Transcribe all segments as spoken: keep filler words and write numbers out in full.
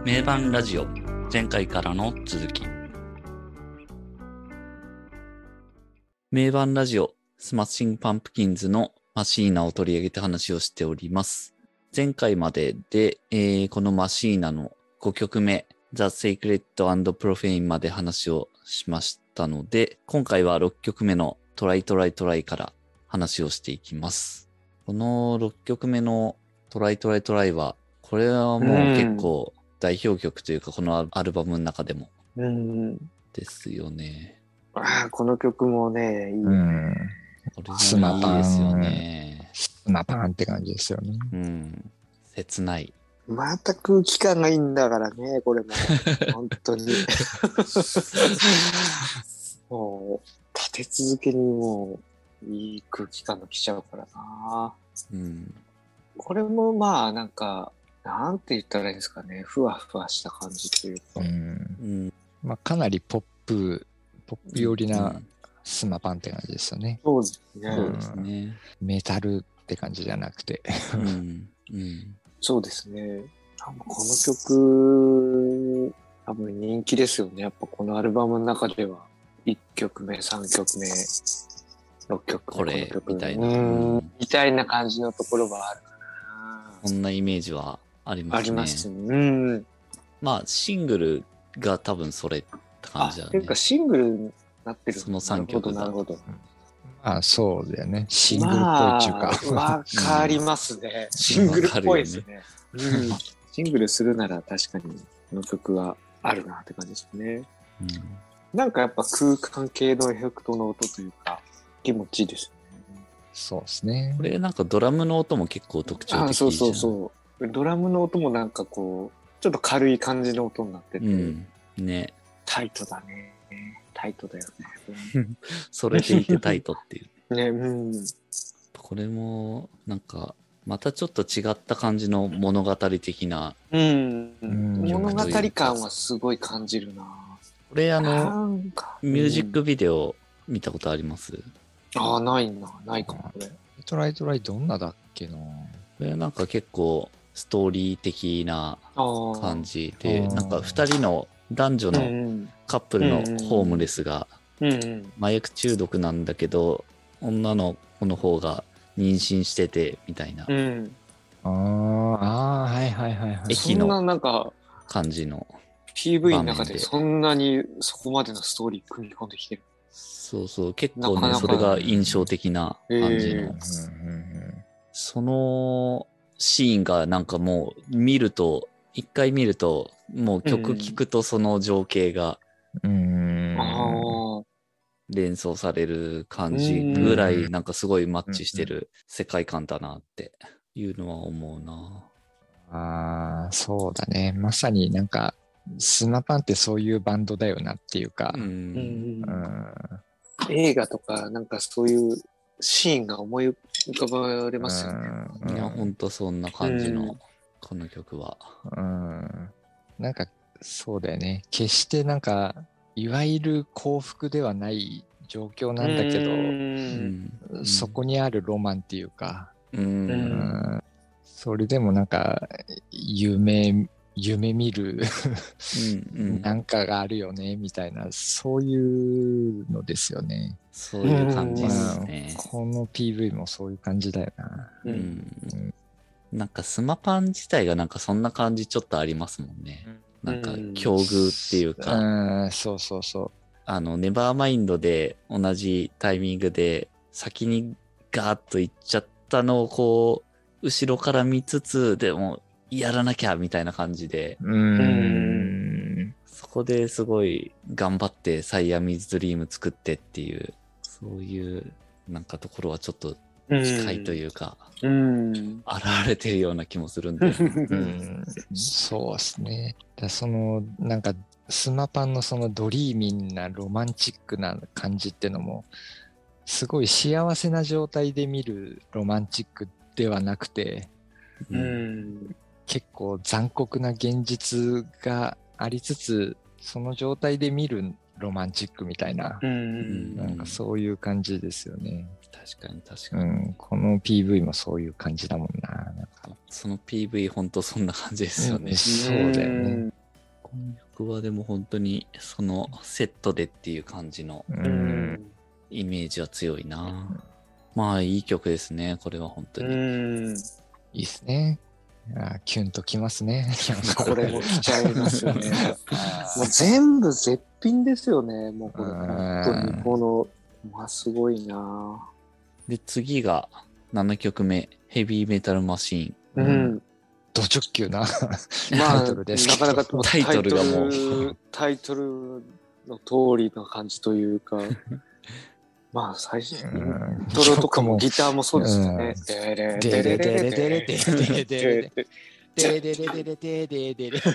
名盤ラジオ、前回からの続き。名盤ラジオ、スマッシングパンプキンズのマシーナを取り上げて話をしております。前回までで、えー、このマシーナのごきょくめ、The Sacred and Profane まで話をしましたので、今回はろっきょくめのトライトライトライから話をしていきます。このろっきょくめのトライトライトライは、これはもう結構代表曲というか、このアルバムの中でもですよね。 ああ、この曲もね、いいね。うん、 これもいいですよね。 スマパンって感じですよね。 うん。切ない。 また空気感がいいんだからね、これも。本当に。もう、立て続けにもう、いい空気感が来ちゃうからな。 うん。 これもまあ、なんか、なんて言ったらいいんですかね。ふわふわした感じというか。うん。うん、まあ、かなりポップ、ポップ寄りなスマパンって感じですよね。 そうですね。 そうですね。 メタルって感じじゃなくて。 うんうん、 そうですね。この曲、多分人気ですよね。やっぱこのアルバムの中では、いっきょくめ、さんきょくめ、ろっきょくめ、 これみたいな、 うん、みたいな感じのところはあるかな。 そんなイメージはありますね。 ありますね。うん。 まあ、シングルが多分それって感じだね。 ていうか、シングルになってる。 そのさんきょくなるほど。なるほど。 まあ、そうだよね。シングルっぽいっていうか。 まあ、わかりますね。シングルっぽいですね。うん、シングルするなら確かに、この曲はあるなって感じですね。うん、なんかやっぱ空間系のエフェクトの音というか、気持ちいいですね。 そうですね。 これなんかドラムの音も結構特徴的じゃん。 あ、そうそうそう。ドラムの音もなんかこう、ちょっと軽い感じの音になってて。うん、 ね。 タイトだね。タイトだよね。それでいてタイトっていう。 ね、うん。 これもなんかまたちょっと違った感じの物語的な、 うん、物語感はすごい感じるな。 これあのミュージックビデオ見たことあります？ ああ、ないな、ないかもこれ。 トライトライどんなだっけな。これなんか結構ストーリー的な感じで、なんかふたりの男女のカップルのホームレスが麻薬中毒なんだけど、女の子の方が妊娠しててみたいな。うん、 ああ、はいはいはいはい。 駅の感じのピーブイ の中でそんなにそこまでのストーリー組み込んできてる。 そうそう、結構ね、それが印象的な感じの。えー、そのシーンがなんかもう見ると、一回見ると、もう曲聴くとその情景が、うん、連想される感じぐらいなんかすごいマッチしてる世界観だなっていうのは思うな。 ああ、そうだね。まさになんかスマパンってそういうバンドだよなっていうか、うんうんうん、映画とかなんかそういうシーンが思い浮かばれますよね。 うん、いやほんとそんな感じのこの曲は、 うん、なんかそうだよね。決してなんかいわゆる幸福ではない状況なんだけど、うんうん、そこにあるロマンっていうか、うんうん、それでもなんか夢夢見るうん、なんかがあるよねみたいな、そういうのですよね。 そういう感じですね。 まあ、この ピーブイ もそういう感じだよな。うんうん、 なんかスマパン自体がなんかそんな感じちょっとありますもんね。うん、なんか境遇っていうか、 うん、そうそうそう。 あのネバーマインドで同じタイミングで先にガーッと行っちゃったのをこう後ろから見つつ、でもやらなきゃみたいな感じで、うーん、そこですごい頑張ってサイアミーズドリーム作ってっていう、そういうなんかところはちょっと近いというか、うん、現れてるような気もするんで、うん、 そうですね。だそのなんかスマパンのそのドリーミーなロマンチックな感じってのもすごい幸せな状態で見るロマンチックではなくて、うん、結構残酷な現実がありつつその状態で見るロマンチックみたいな、うん、なんかそういう感じですよね。 確かに確かに、うん、 この ピーブイ もそういう感じだもんな。なんかその ピーブイ ほんとそんな感じですよね、うん、 そうだよね。 この曲はでも本当にそのセットでっていう感じのうんイメージは強いな。まあいい曲ですね、これは本当に。 うんいいっすね。あキュンときますね。 これも来ちゃいますよね。もう全部絶品ですよね。もうこれ本当にこの、まあすごいな。 で、次がななきょくめ、ヘビーメタルマシーン。 うん。 ド直球なまタあ、 イトルですけどなかなかタイトルがもうタイトルタイトルの通りの感じというか、まあ最初、イントロとかもギターもそうですよね。デレデレデレデレデレデレデレデレデデデデデデデデデ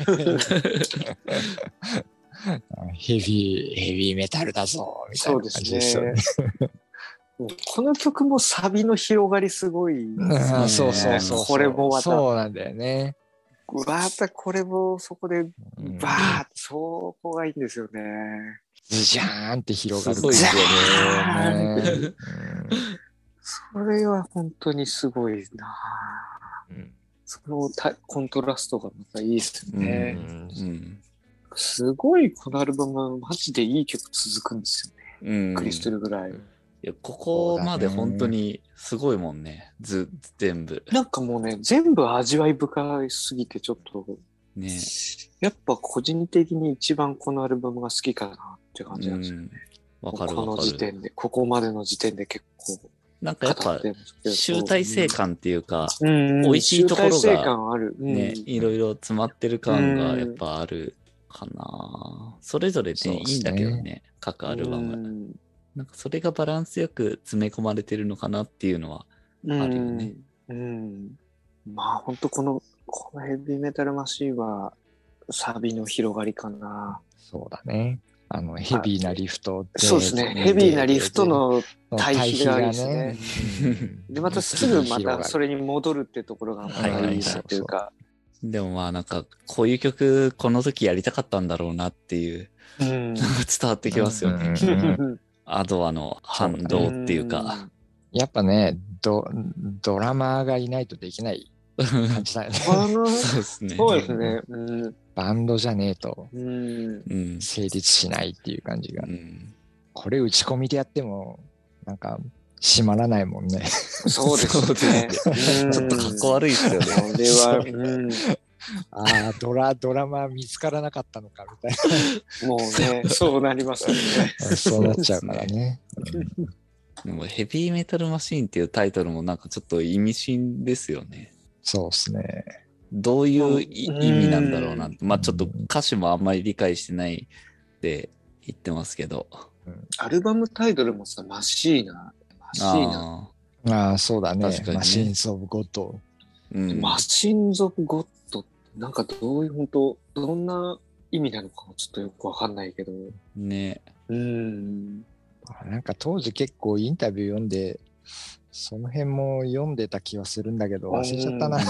ヘビー、ヘビーメタルだぞみたいな感じですよね。 この曲もサビの広がりすごい、 あそうそうそう。 これもまた。 そうなんだよね。 またこれもそこでバーッ、そこがいいんですよね。 ズジャーンって広がる。 すごいですよね。 それは本当にすごいな。 うんそのコントラストがまたいいですよね。 うんうんすごいこのアルバムマジでいい曲続くんですよね。 うんびっくりするぐらい。 いやここまで本当にすごいもんね。ず全部。 なんかもうね、全部味わい深すぎてちょっと、 ね。 やっぱ個人的に一番このアルバムが好きかなって感じなんですよね。 わ、うん、かるこのわかる。 時点で、ここまでの時点で結構。 なんかやっぱ集大成感っていうか、 うん、 美味しいところが、 ある、うん、 ね、いろいろ詰まってる感がやっぱあるかな。それぞれね、いいんだけどね、各アルバム。うんなんかそれがバランスよく詰め込まれてるのかなっていうのはあるよね。 うん。うん、まあ本当この、このヘビーメタルマシーンはサビの広がりかな。 そうだね。あの、ヘビーなリフトで。そうですね。ヘビーなリフトの対比がですね。で、またすぐまたそれに戻るってところがまたいいなっていうか。 でもまあなんかこういう曲この時やりたかったんだろうなっていう、うん、伝わってきますよね。アドアの反動っていうか。 やっぱね、ド、ドラマーがいないとできない感じだよね。そうですね。 そうですね。うん、 バンドじゃねえと成立しないっていう感じが。うん、これ打ち込みでやっても、なんか、閉まらないもんね。 そうですね。 ちょっとかっこ悪いですよね。 これは、うんああ、ドラ、ドラマ見つからなかったのかみたいな。もうね、そうなりますよね。 そうなっちゃうからね。 でもヘビーメタルマシーンっていうタイトルもなんかちょっと意味深ですよね。 そうですね。 どういう意味なんだろうな。まあちょっと歌詞もあんまり理解してないって言ってますけど。 アルバムタイトルもさ、マシーナ。マシーナ。 ああ、そうだね。 確かにねマシンズ・オブ・ゴッド。 うん、マシンズ・オブ・ゴッドなんかどういう本当どんな意味なのかちょっとよくわかんないけどねうんなんか当時結構インタビュー読んでその辺も読んでた気はするんだけど忘れちゃったな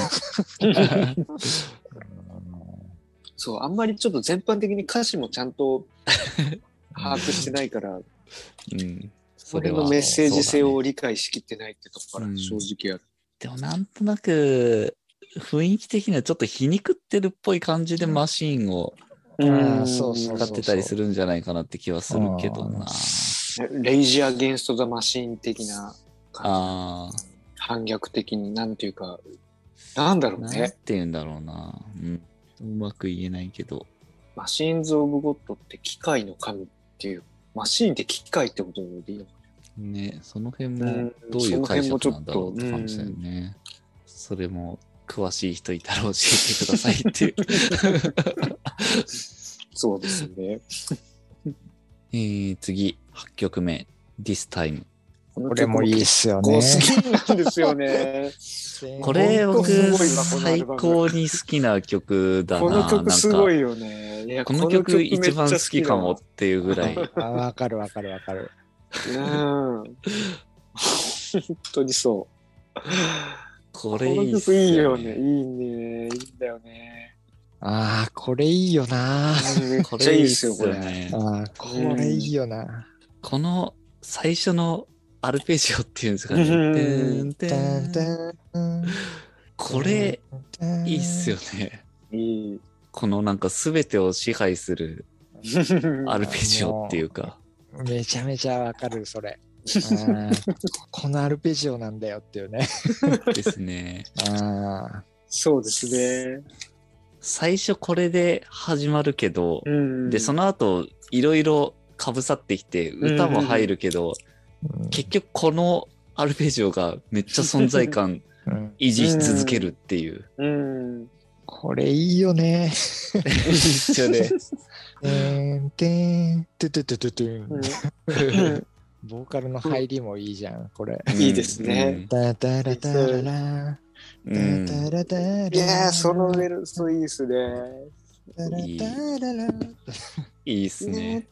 そうあんまりちょっと全般的に歌詞もちゃんと把握してないから、うん、それのメッセージ性を理解しきってないってところから正直ある、 うん、でもなんとなく雰囲気的にはちょっと皮肉ってるっぽい感じでマシーンを使ってたりするんじゃないかなって気はするけどな。 レイジ・アゲンスト・ザ・マシーン的な感じ。 反逆的になんていうか、なんだろうね。 なんて言うんだろうな。うん、うまく言えないけど。 マシーンズ・オブ・ゴッドって機械の神っていう、マシーンって機械ってことでいいのかね、その辺もどういう解釈なんだろうって感じだよね。それも詳しい人いたら教えてくださいっていうそうですね。 えー、次はちきょくめ This Time。 これもいいっすよね。 好きなんですよね。 これ僕最高に好きな曲だな。 この曲すごいよね。 いやこの曲一番好きかもっていうぐらい。 あ、わかるわかるわかる。 うん。本当にそう。 これいいっすよね。この曲いいよね。いいね。いいんだよね。 ああ、これいいよな。 めっちゃいいっすよ、これ。 ああ、これいいよな。 この最初のアルペジオっていうんですかね。これいいっすよね。 いい。 このなんか全てを支配するアルペジオっていうか。 めちゃめちゃわかる、それ。あこのアルペジオなんだよっていうね。 ですね。 あそうですね。 最初これで始まるけど、 うん、 で、その後いろいろかぶさってきて、歌も入るけど、 うん、 結局このアルペジオがめっちゃ存在感維持し続けるっていう。 うんうん、 これいいよね。 一緒で。 てんてん、トゥトゥトゥトゥトゥン。 うんボーカルの入りもいいじゃん、これ。 いいですね。 タタラタララ。 うん、 タタラタラ。 いやー、そのメロストいいですね。 いいいいっすね。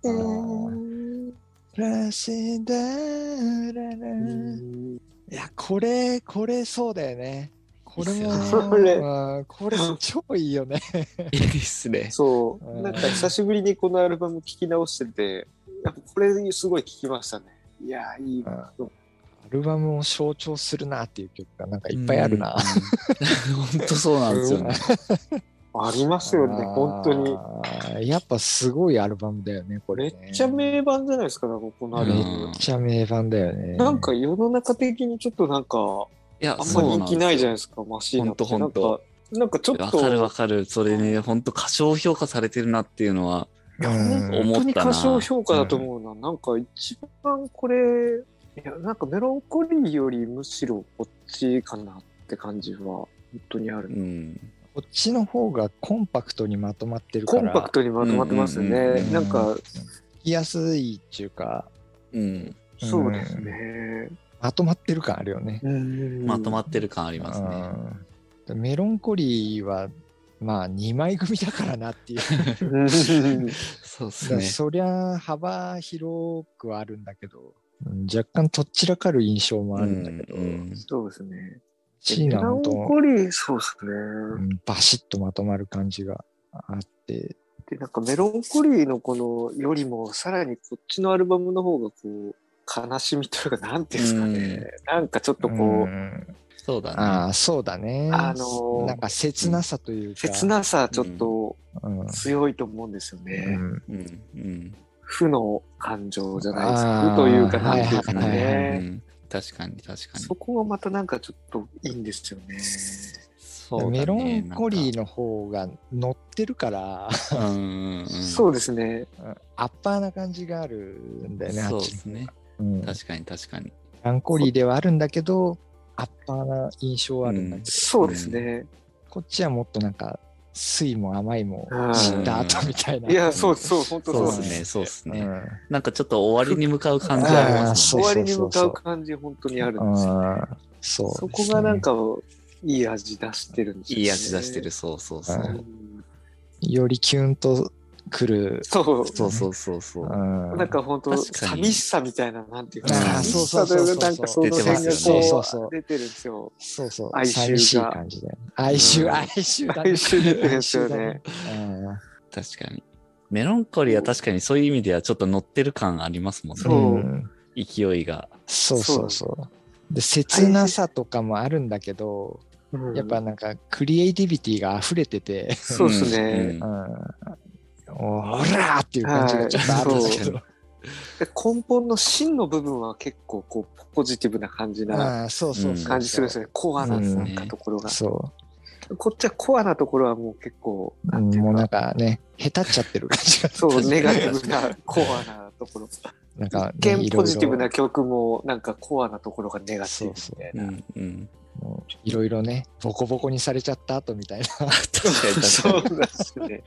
ラセダララ。いや、これ、これそうだよね。これも、 これこれ超いいよね。 いいっすね。 そう、なんか久しぶりにこのアルバム聴き直してて、やっぱこれすごい聴きましたね。いやー、いい。 アルバムを象徴するなっていう曲がなんかいっぱいあるな。 本当そうなんですよね。 ありますよね、本当に。やっぱすごいアルバムだよね、これ、ね。 めっちゃ名盤じゃないですか、このアルバム。 めっちゃ名盤だよね。 なんか世の中的にちょっとなんか、 いや、 あんま人気ないじゃないですか、マシーナって。 ほんとほんと。 なんかちょっと。 わかるわかる。それね、ほんと過小評価されてるなっていうのは、 いや、本当に過小評価だと思うな。うん、なんか一番これ、いや、なんかメロンコリーよりむしろこっちかなって感じは本当にある。うん、 こっちの方がコンパクトにまとまってるから。 コンパクトにまとまってますね。うんうんうん、なんか、 聞きやすいっていうか、 うん、 そうですね。 まとまってる感あるよね。 まとまってる感ありますね。 メロンコリーは、まあにまい組だからなっていうそうですね。 そりゃ幅広くはあるんだけど、若干とっちらかる印象もあるんだけど、 うんうん、そうですね。 シーナメロンコリー、そうですね、 うん。バシッとまとまる感じがあって。 で、なんかメロンコリーのこのよりもさらにこっちのアルバムの方がこう悲しみというかなんていうんですかね、うん、なんかちょっとこう、うん、 そうだね。 ああ、そうだね。 あのー、 なんか切なさというか。 切なさちょっと強いと思うんですよね。うんうんうん、 負の感情じゃないですか。負というか、なんていうんですかね。 確かに確かに。 そこがまたなんかちょっといいんですよね。 そうね、メロンコリーの方が乗ってるからうんそうですね。 アッパーな感じがあるんだよね。 そうですね。うん、確かに確かに。 メロンコリーではあるんだけど、アッパーな印象はあるんだけど、うん、 そうですね。 こっちはもっとなんか酸いも甘いも知った後みたいな。 いや、そうそう、本当そうですね、そうですね、うん。なんかちょっと終わりに向かう感じありますね。終わりに向かう感じ、本当にあるんですよね。そう、そこがなんか、いい味出してるんですよね。 いい味出してる、そうそうそう。うん、 よりキュンとくる。 そうそうそうそうそう。 うん、なんか本当寂しさみたいな、なんていうか、 寂しさというか、なんかその辺がこう出てるんですよ。そうそう。哀愁が。感じで。哀愁、哀愁だね。 哀愁出てるんですよね。 確かに。メロンコリーは確かにそういう意味ではちょっと乗ってる感ありますもんね。 そう。 勢いが。 そうそうそう。で、切なさとかもあるんだけど、やっぱなんかクリエイティビティが溢れてて。 そうですね。 おらーっていう感じがちょっとあるんだけど、はい、 根本の芯の部分は結構こうポジティブな感じな感じするんですよね。コアななんかところが、うん、そうこっちはコアなところはもう結構なんていうか、もうなんかねへたっちゃってる感じがそうネガティブなコアなところなんか、ね、一見ポジティブな曲もなんかコアなところがネガティブみたいな。そうそう、うんうんいろいろねボコボコにされちゃった後みたいな確かにそうですね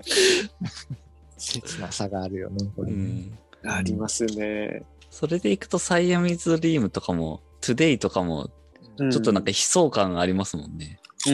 切なさがあるよねこれね、 うん、ありますね。 それでいくとサイアミーズドリームとかもトゥデイとかもちょっとなんか悲壮感がありますもんね、うん、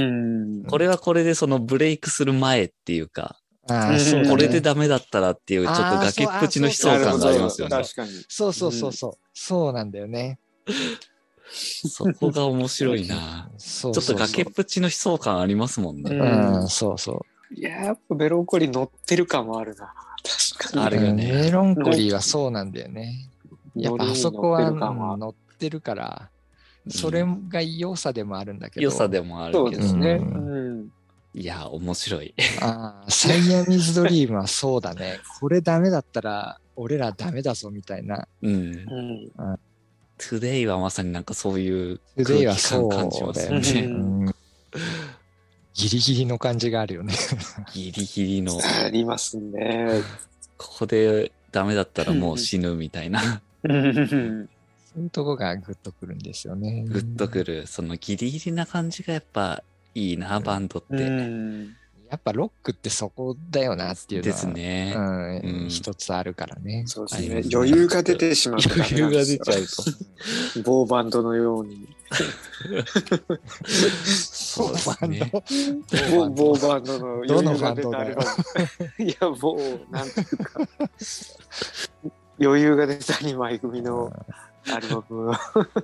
これはこれでそのブレイクする前っていうかあそう、ね、これでダメだったらっていうちょっと崖っぷちの悲壮感がありますよね。 確かにそうそうそうそう、うん、そうなんだよね。 そこが面白いなそうそうそう。ちょっと崖っぷちの悲壮感ありますもんね。 うん、そうそう。 いや、やっぱメロンコリー乗ってる感もあるな。確かに。 あるよね。メロンコリーはそうなんだよね。やっぱあそこは乗ってるから、それが良さでもあるんだけど。 良さでもあるけど。 そうですね。うん。 いや、面白い。 ああ、サイアミズドリームはそうだね。これダメだったら俺らダメだぞみたいな。 うん。 うん。 トゥデイはまさになんかそういうトゥデイはそう感じますよだよね。 ね。うんギリギリの感じがあるよね。 ギリギリの、 ありますね。 ここでダメだったらもう死ぬみたいな、 うんそういうとこがグッとくるんですよね。 グッとくる、そのギリギリな感じがやっぱいいな、バンドっうて。 んやっぱロックってそこだよなっていうのはですね。 うんうん一つあるからね。 そうですねあります。ね余裕が出てしまうとダメ余裕がなんですよ出ちゃうと。 某バンドのように。 そうですね。 某某バンドの余どの裕が出バンドだよたアルバム。いや、某、なんていうか、余裕が出たにまい組のアルバム。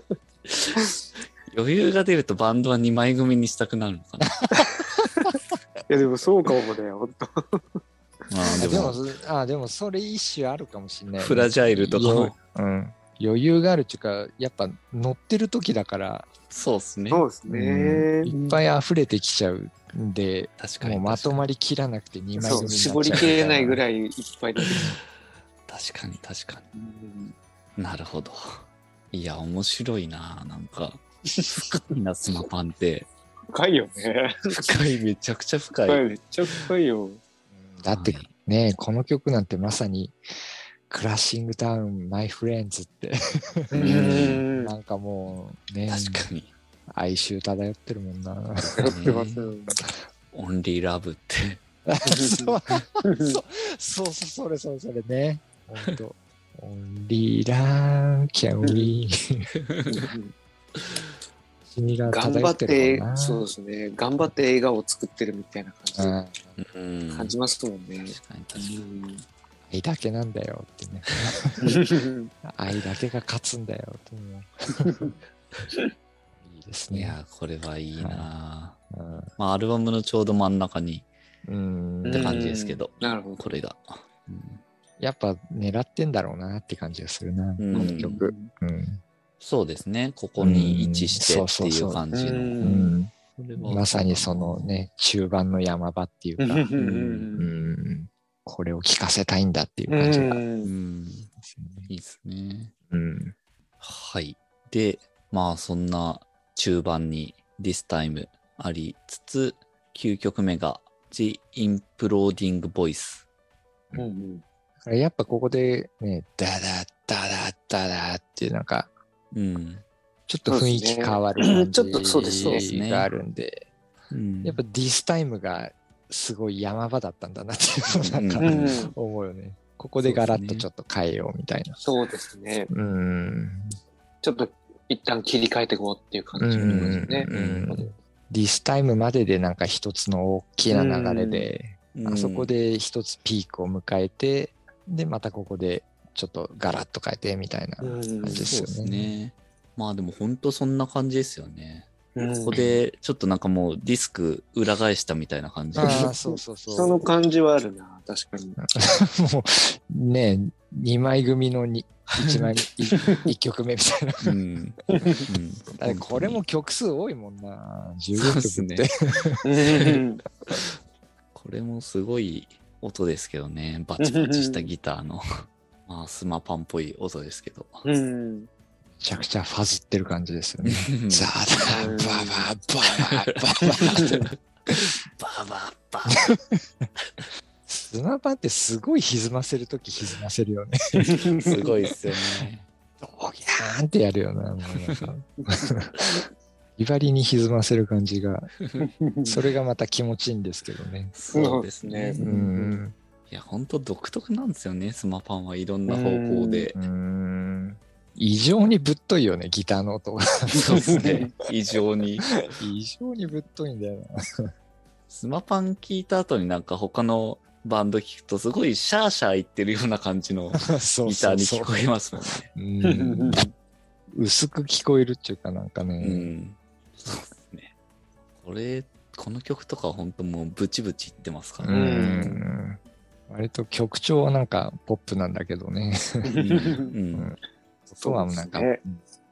余裕が出るとバンドはにまい組にしたくなるのかな。 いや、でもそうかもね、本当。 まあででもも、 あでもそれ一種あるかもしれないね、 フラジャイルとかもようん、余裕があるっていうかやっぱ乗ってる時だから、 そうですね。 そうですね。 うんいっぱい溢れてきちゃうんで、 確かに。 もうまとまり。 りきらなくてにまい組になっちゃうそう、絞りきれないぐい。 らいいっぱい出て確かに確かうんに。なるほど。いや、面白いな。なんか、深いな、スマパンって。 深いよね。 深い、めちゃくちゃ深い。 深い、めっちゃ深いよ。 だってね、この曲なんてまさにクラッシングタウンマイフレンズってうんなんかもうね、 確かに。 哀愁漂ってるもんな。 やってますよ。 オンリーラブって。 そうそうそうそれそれそれね。本当。オンリーラブキャンウィー。君が頑張っ漂ってるてもんな。 そうですね。頑張って映画を作ってるみたいな感うんじ、感じますもんね。 確かに確かに。 愛だけなんだよってね。愛だけが勝つんだよってもう。いいですね。 いや、これはいいな。 うんまあ、アルバムのちょうど真ん中にうんって感じですけど、 なるほど。 これが。うんやっぱ狙ってんだろうなって感じがするな、 うんこの曲。うんそうですね。ここに位置してうんっていう感じうの。 んうんこれはまさにそのね、中盤の山場っていうか、 うんうんこれを聞かせたいんだっていうう感じが。 うん。いいですね。 うんはい。で、まあそんな中盤に This Time ありつつ、きゅうきょくめが The Imploding Voice。 うんうんだからやっぱここでね、ダダッダダッダダッっていうなんか、 うん。 ちょっと雰囲気変わる感ちょっとそうですねじがあるんで、 うんやっぱ This Time がすごい山場だったんだなっていうのをなんかうん思うよね。ここでガラッとちょっと変えようみたいな。 そうですね。 うん。 ちょっと一旦切り替えていこうっていう感じのところですね。 うんうん This Time まででなんか一つの大きな流れで、あそこで一つピークを迎えて、で、またここでちょっとガラッと変えてみたいな感じですそうですよね。 ね。まあでも本当そんな感じですよね。 うんここでちょっとなんかもうディスク裏返したみたいな感じ。 ああ、そうそうそう。 その感じはあるな、確かに。 もうね、にまい組のにいちまい、いっきょくめみたいな。 うん。うんだってこれも曲数多いもんな。じゅうごきょくって。 うんこれもすごい音ですけどね。バチバチしたギターの。まあスマパンっぽい音ですけど。 うんめちゃくちゃファズってる感じですよね。 うんザーダーババババババババババスマパンってすごい歪ませるとき歪ませるよね。 すごいですよね。 ドギャーンってやるよな。もうなんか威張りに歪ませる感じが、それがまた気持ちいいんですけどね。 そうですね。 そうですねうん。 いや、ほんと独特なんですよね。スマパンはいろんな方向で。 うん。異常にぶっといよね、ギターの音が。 そうですね。異常に。 異常にぶっといんだよスマパン聞いた後になんか他のバンド聞くとすごいシャーシャー言ってるような感じのギな。そうターにそうそう聞こえますもんね。 うん。薄く聞こえるっていうかなんかうね。 ん。そうですね。これ、この曲とかは本当もうブチブチ言ってますかうらね。 ん。割と曲調はなんかポップなんだけどね。 うんうん音はなんか、 そうですね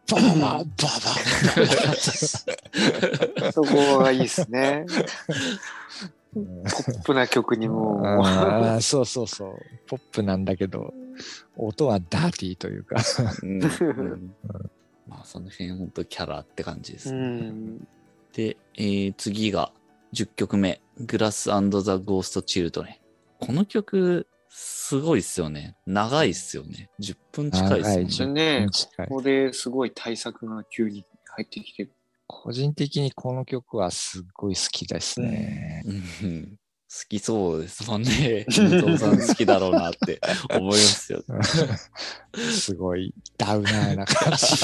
バババババそこがいいですね。ポップな曲にもあそうそうそうポップなんだけど音はダーティーというか、 うんうんまあその辺本当キャラって感じですね。 うん、 で、えー、次がじゅっきょくめグラス&ザ・ゴースト・チルドレン。この曲すごいっすよね。長いっすよね。じゅっぷん近いっすよね。 ねここですごい対策が急に入ってきてる。 個人的にこの曲はすっごい好きですね。 うん、好きそうですもんね。伊藤さん好きだろうなって思いますよ。 すごいダウナーな感じ。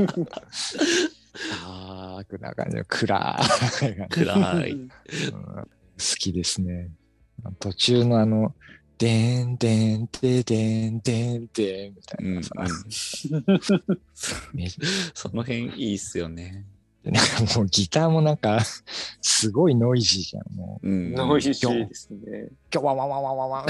ダークな感じの暗い。 暗い、 うん。好きですね。途中のあの、でんでんででんでんでんみたいなさ。うんうん、 その辺いいっすよね。 なんかもうギターもなんかすごいノイジーじゃん。もう、 うん、ノイジーですね。 今日ワンワンワンワンワンワン。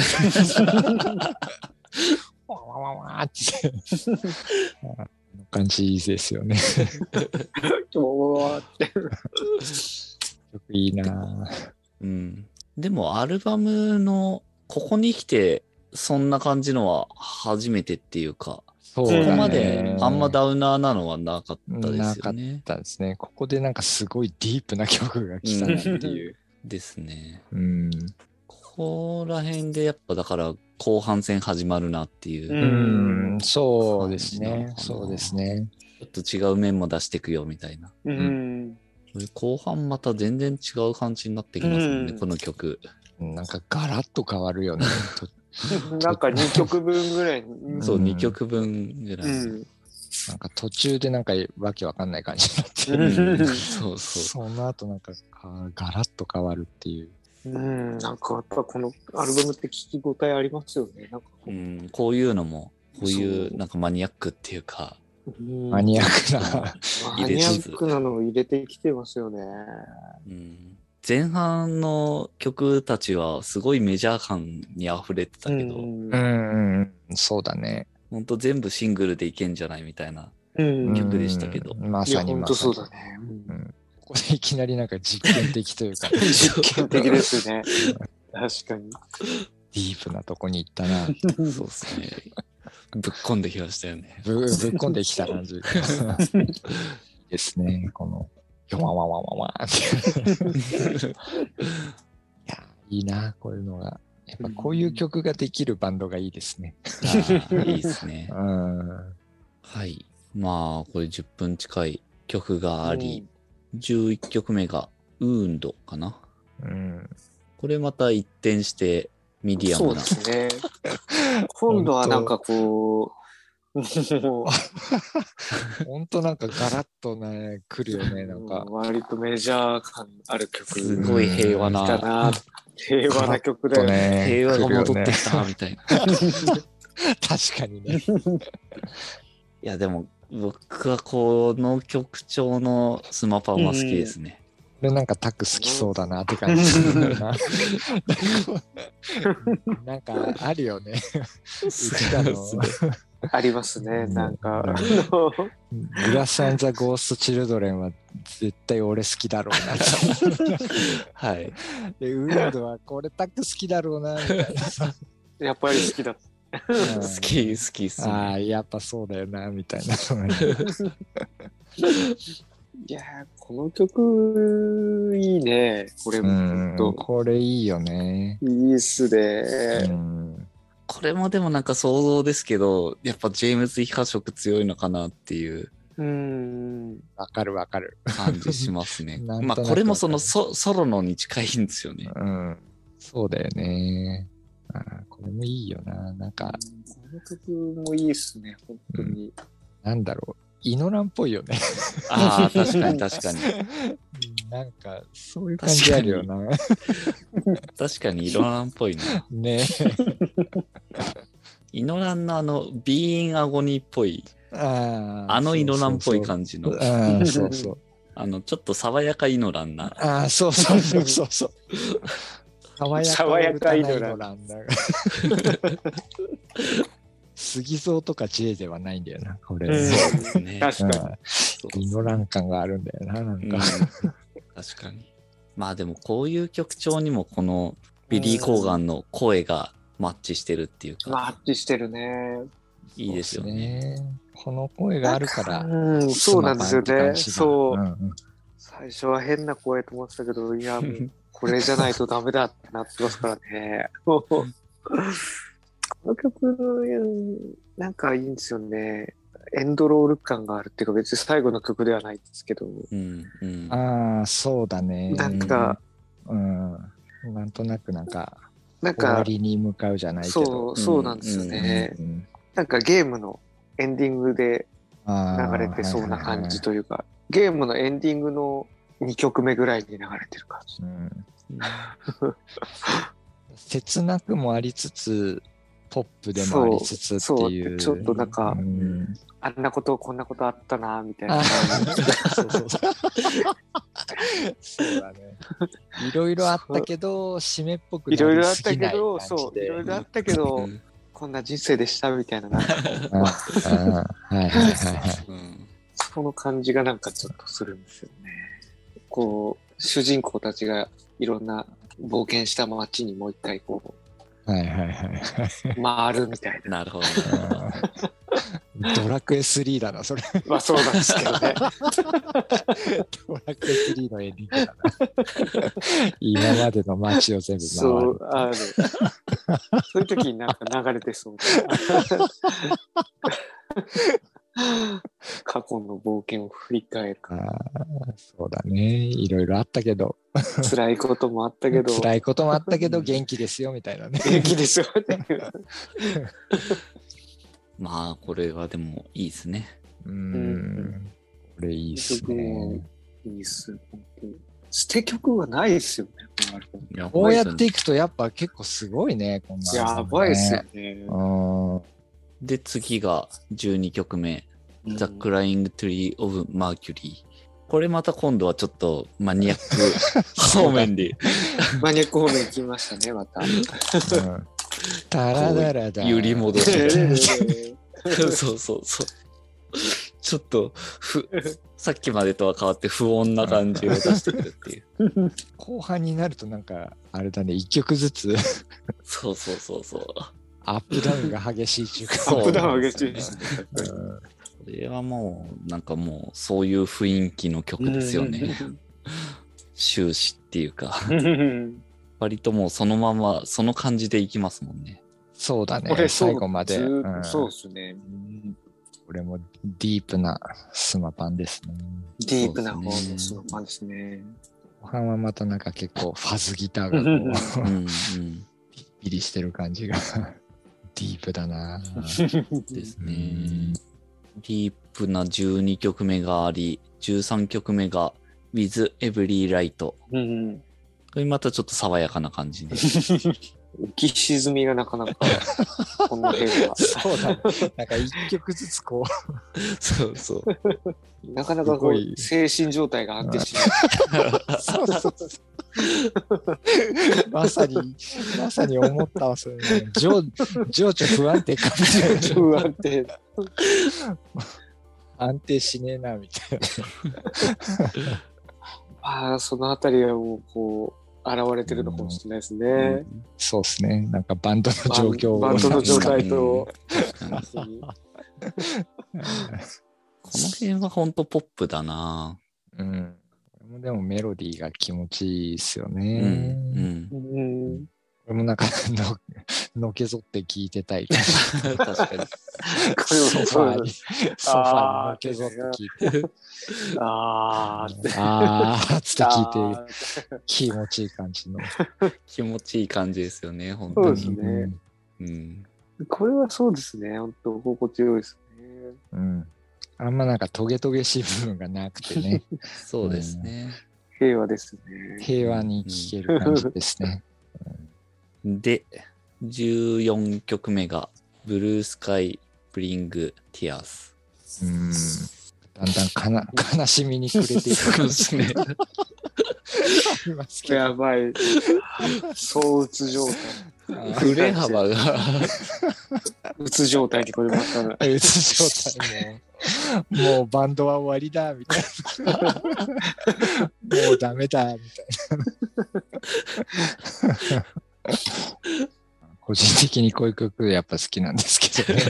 ワンワンワンワンって。感じですよね。 今日ワンって。 いいな。 うん。でもアルバムのここに来てそんな感じのは初めてっていうか、 そうだね、 ここまであんまダウナーなのはなかったですよね。 なかったですね。ここでなんかすごいディープな曲が来たなっていう。 ですね。 うん。 ここら辺でやっぱだから後半戦始まるなっていう。 うん、そうですね。そうですね。 ちょっと違う面も出していくよみたいな。 うん。 後半また全然違う感じになってきますもんね、うん、この曲。 なんかガラッと変わるよね。 なんかにきょくぶんぐらい。 そう、にきょくぶんぐらい。うん、 なんか途中でなんかわけわかんない感じになって、 うん、そうそう。 その後なんかガラッと変わるっていう。 うん、なんかやっぱこのアルバムって聞き応えありますよね。なんかうん、こういうのも、こういうなんかマニアックっていうか、 マニアックなマニアックなのを入れてきてますよね。 うん、前半の曲たちはすごいメジャー感に溢れてたけど、うん、 うんうん、そうだね。 ほんと全部シングルでいけんじゃないみたいな曲でしたけど。 まさにまさに。 そうだね。 うん、ここでいきなりなんか実験的というか、 実験的ですね。確かに。 ディープなとこに行ったな。 そうですね。ぶっこんできましたよね。 ぶ, ぶっこんできた感じですね。この、ヨワワワワワって。いや、いいな、こういうのが。やっぱこういう曲ができるバンドがいいですね。 あいいですね。 うん、 はい。まあ、これじゅっぷん近い曲があり、うん、じゅういっきょくめがウーンドかな。 うん、 これまた一転してミディアムな。 そうですね。今度はなんかこう、 本当なんかガラッとね、来るよね、なんか。 割とメジャー感ある曲。 すごい平和な。 な平和な曲だよね。 平和が戻ってきた、みたいな。 確かにね。 いや、でも僕はこの曲調のスマパンは好きですね。 これなんかタク好きそうだなって感じするな。なんかあるよね。うちらのありますね、なんか。 グラス&ザ・ゴースト・チルドレンは絶対俺好きだろうな。 はい。 で、ウードはこれタク好きだろうな、みたいな。 やっぱり好きだ。 好き、好きっすね。 ああ、やっぱそうだよな、みたいな。 いやー、この曲いいね。これもとこれいいよね。 いいっすね。 これもでもなんか想像ですけど、やっぱジェームズ・イカ色強いのかなっていう。 うん。 わかるわかる。 感じしますね。まあこれもその ソ, ソロのに近いんですよね。 うん。そうだよね。あこれもいいよな。なんか。 この曲もいいっすね、本当に。うん、 なんだろう。イノランっぽいよね。 ああ、確かに確かに。 なんか、そういう感じあるよな。 確かにイノランっぽいな。 ねイノランのあの、ビーインアゴニーっぽい。 あ, あのイノランっぽい感じの。 あそうそう。 あの、ちょっと爽やかイノランな。 ああ、そうそうそうそうそう。爽やかイノランだ。 杉蔵とか J ではないんだよな、これ。 うんそうですね。 確かに。 イノラン感があるんだよな、なんうんか。 確かに。まあでもこういう曲調にもこのビリー・コーガンの声がマッチしてるっていうか、 マッチしてるね。 いいですよね。 そうですね。この声があるから、 うん、そうなんですよね。そう。 うんうん最初は変な声と思ってたけど、いや、もうこれじゃないとダメだってなってますからね。この曲、なんかいいんですよね。エンドロール感があるっていうか、別に最後の曲ではないですけど。 うんうん、 ああ、そうだね。 なんか、 うん、なんとなくなんか、 なん終わか、 りに向かうじゃないけそど。 う、そうなんですよね。 うんうんなんかゲームのエンディングであー流れてそうな感じというか、ゲームのエンディングのにきょくめぐらいに流れてる感じ。 うん切なくもありつつ、ポップでもありつつっていう。 そうそうちょっとなんかうんあんなことこんなことあったなみたいなあ。そうそうそうそうだね。いろいろあったけど、締めっぽくいろいろあっなりすぎないたけど、 感じそう、いろいで。 ろあったけど、 うんこんな人生でしたみたいな、なんかこうああはいはいはいはい。 うんその感じがなんかちょっとするんですよね。こう、主人公たちがいろんな冒険した街にもう一回こはいはいはいはい。 う、回るみたいな。 なるほどな。 ドラクエスリーだな、それ。 まあそうなんですけどね。 ドラクエスリーのエンディングだな。今までの街を全部回る。 そう、あの、そういう時になんか流れてそう。過去の冒険を振り返る。 あーそうだね。いろいろあったけど、 辛いこともあったけど、 辛いこともあったけど元気ですよみたいなね。 元気ですよね。 まあこれはでもいいですね。 うーうんん。これいいっすね。 いいっす。本当に捨て曲はないですよね。このアルバムやこうやっていくとやっぱ結構すごいね、こんな、 やばいっすよね。 うん。 で次がじゅうにきょくめ、 うん The Crying Tree of Mercury。これまた今度はちょっとマニアック方面でマニアック方面行きましたね、また。 うんタラダラダ。 揺り戻しえそうそうそう。ちょっとふさっきまでとは変わって不穏な感じを出してくるっていう。 後半になるとなんか、あれだね、一曲ずつそうそうそうそう。 アップダウンが激しいっていうか。 アップダウン激しいですね。 うんこれはもうなんかもうそういう雰囲気の曲ですよね。終始っていうか割ともうそのままその感じでいきますもんね。 そうだねこれ、そう最後まで。 ずーっうんとそうですね。 これもディープなスマパンですね。 ディープな方のそうですねそのファンですね。 後半はまたなんか結構ファズギターがこううんうん。 ピッピリしてる感じがディープだな。 ですね。ディープなじゅうにきょくめがあり、じゅうさんきょくめが With Every Light。 うんこれまたちょっと爽やかな感じで。 浮き沈みがなかなか、この辺は。 そうだね。なんか一曲ずつこそうそう。 なかなかこすごいう、精神状態が安定しない。 う。そうそうそう。まさに、まさに思ったわ、それ、ね。情情緒不安定かみたいな。 不安定。 安定しねえな、みたいな。 ああ、そのあたりはもう、こう、現れてるのかもしれないですね。 そうですね。なんかバンドの状況を。 バンバンドの状態と。 うんこの辺はほんとポップだな。 うん。これもでもメロディーが気持ちいいっすようん。 ね。 うん。 うんこれもなんかの、のけぞって聞いてたい。 確かに。 これもソファーに、ソファーにのけぞって聞いて。 あーって。 あーっつって聞いあて、気持ちいい感じの。 気持ちいい感じですよね、本当そうですに。 ね。 うん。 ーこれはそうですね。本当心地よいですね。 うん。うん。あんまなんかトゲトゲしい部分がなくてね、 そうですね。 平和ですね。 平和に聴ける感じですね。 で、じゅうよんきょくめが、ブルースカイ・ブリング・ティアース。 うん。だんだんかな悲しみに暮れていくそうですね。 ありますけど。 やばい。躁うつ状態。 振れ幅がうつ状態にこれまた。 うつ状態ももうバンドは終わりだみたいなもうダメだみたいな個人的にこういう曲やっぱ好きなんですけどね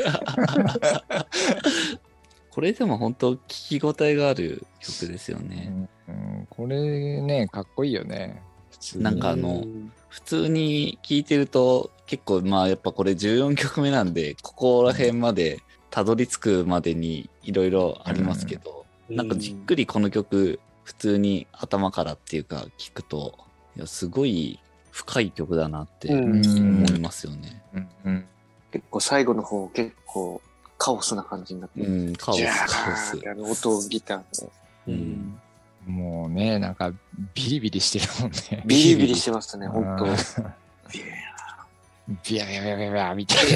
これでも本当聞き応えがある曲ですよね、 うんうん、これねかっこいいよね普通に。 なんかあの普通に聴いてると結構まあやっぱこれじゅうよんきょくめなんでここら辺までたどり着くまでにいろいろありますけど、うん、なんかじっくりこの曲普通に頭からっていうか聞くといやすごい深い曲だなって思いますよね、 うんうん、 結構最後の方結構カオスな感じになって、 うん、カオスカオスあの音ギターで、 うん、 もうねなんかビリビリしてるもんね。 ビリビリしてますね本当。 ビヤビヤビヤビヤビヤみたい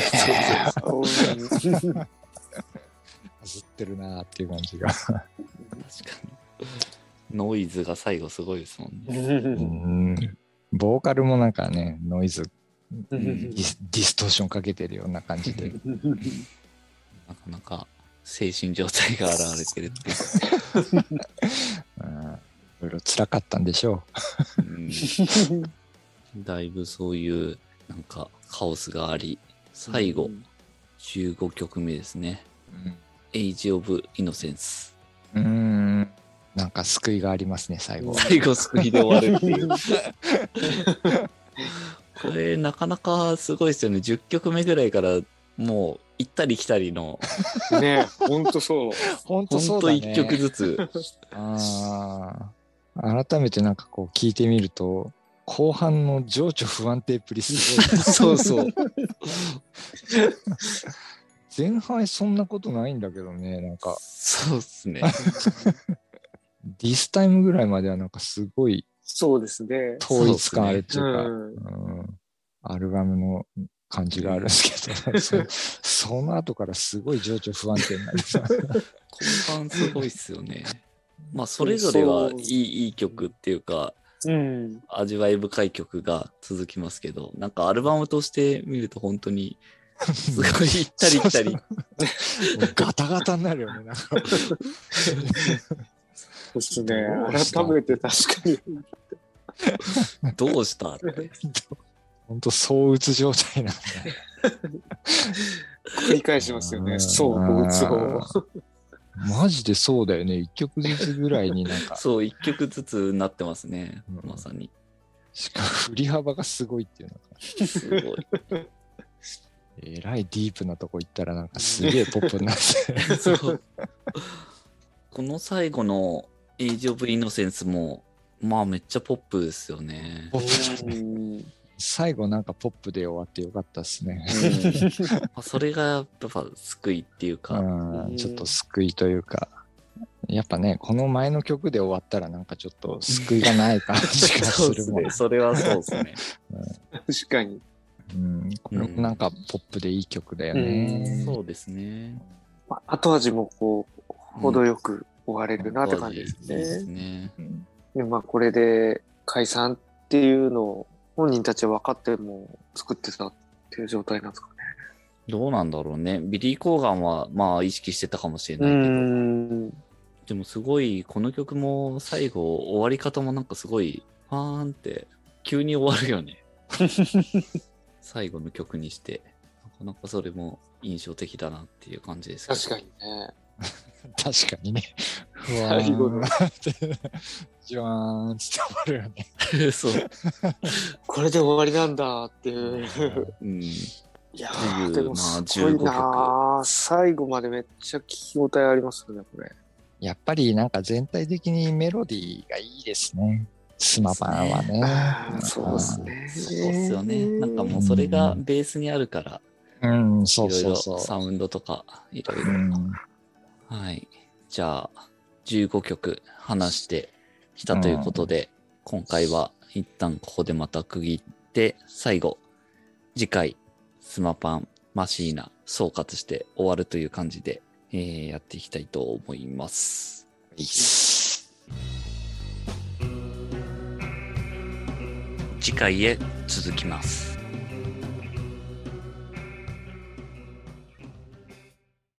な。ずってるなーっていう感じが。確かに。ノイズが最後すごいですもんね。 うんボーカルもなんかねノイズ、ディス、ディストーションかけてるような感じで。 なかなか精神状態が現れてるっていう。 うん、いろいろ辛かったんでしょう。 うん、だいぶそういうなんかカオスがあり、最後、うん、じゅうごきょくめですね。うん、Age of Innocence。 うーん、なんか救いがありますね、最後。 最後救いで終わるっていう。これなかなかすごいですよね。じゅっきょくめぐらいからもう行ったり来たりの。 ね、ほんとそう。 ほんとそうだね。 ほんといっきょくずつ。 ああ、改めてなんかこう聞いてみると、後半の情緒不安定っぷりすごい。 そうそう。 前半そんなことないんだけどね、なんか。 そうっすね。 ディスタイムぐらいまではなんかすごい。 そうですね。 統一感あるっていうか、 うんうん、アルバムの感じがあるんですけど、そ, その後からすごい情緒不安定になる。 後半すごいっすよね。まあそれぞれはいい、いい曲っていうか、うん、味わい深い曲が続きますけど、なんかアルバムとして見ると本当にすごい行ったり来たり。 そうそうガタガタになるよね。なんかそうですね。改めて確かに。 どうしたって。 本当躁鬱状態なんだ。 繰り返しますよね。そう鬱を。 マジでそうだよね。一曲ずつぐらいになんか。 そう一曲ずつなってますね。うん、まさに。 しかも振り幅がすごいっていうのが。 すごい。 えらいディープなとこ行ったらなんかすげえポップになってそうこの最後のエイジオブイノセンスもまあめっちゃポップですよね。 ポップだね。最後なんかポップで終わってよかったですね。 うん、それがやっぱ救いっていうか、 うん、ちょっと救いというか、やっぱねこの前の曲で終わったらなんかちょっと救いがない感じがするもん。 そうですね。それはそうですね。 うん、確かに。 うん、これもなんかポップでいい曲だよね。 うん、そうですね。 まあ、後味もこう程よく終われるなって感じですね。うん、 ですね。 でまあこれで解散っていうのを本人たちは分かっても作ってたっていう状態なんですかね。 どうなんだろうね。ビリー・コーガンはまあ意識してたかもしれないけど。うんでもすごいこの曲も最後終わり方もなんかすごいファーンって急に終わるよね。最後の曲にしてなかなかそれも印象的だなっていう感じですけど。 確かにね。 確かにね。最後のジワーンって終わるよね。 そう。 これで終わりなんだっていう。 うん、いやーでもすごいなー。最後までめっちゃ聞き応えありますよねこれ。 やっぱりなんか全体的にメロディーがいいですね。スマパンはね。 そうですね。 そうですよね。なんかもうそれがベースにあるから、 うん、そういろいろそうそう。 サウンドとかいろいろ。はい。じゃあじゅうごきょく話してきたということで、うん、今回は一旦ここでまた区切って最後次回スマパンマシーナ総括して終わるという感じで、えー、やっていきたいと思います。次回へ続きます。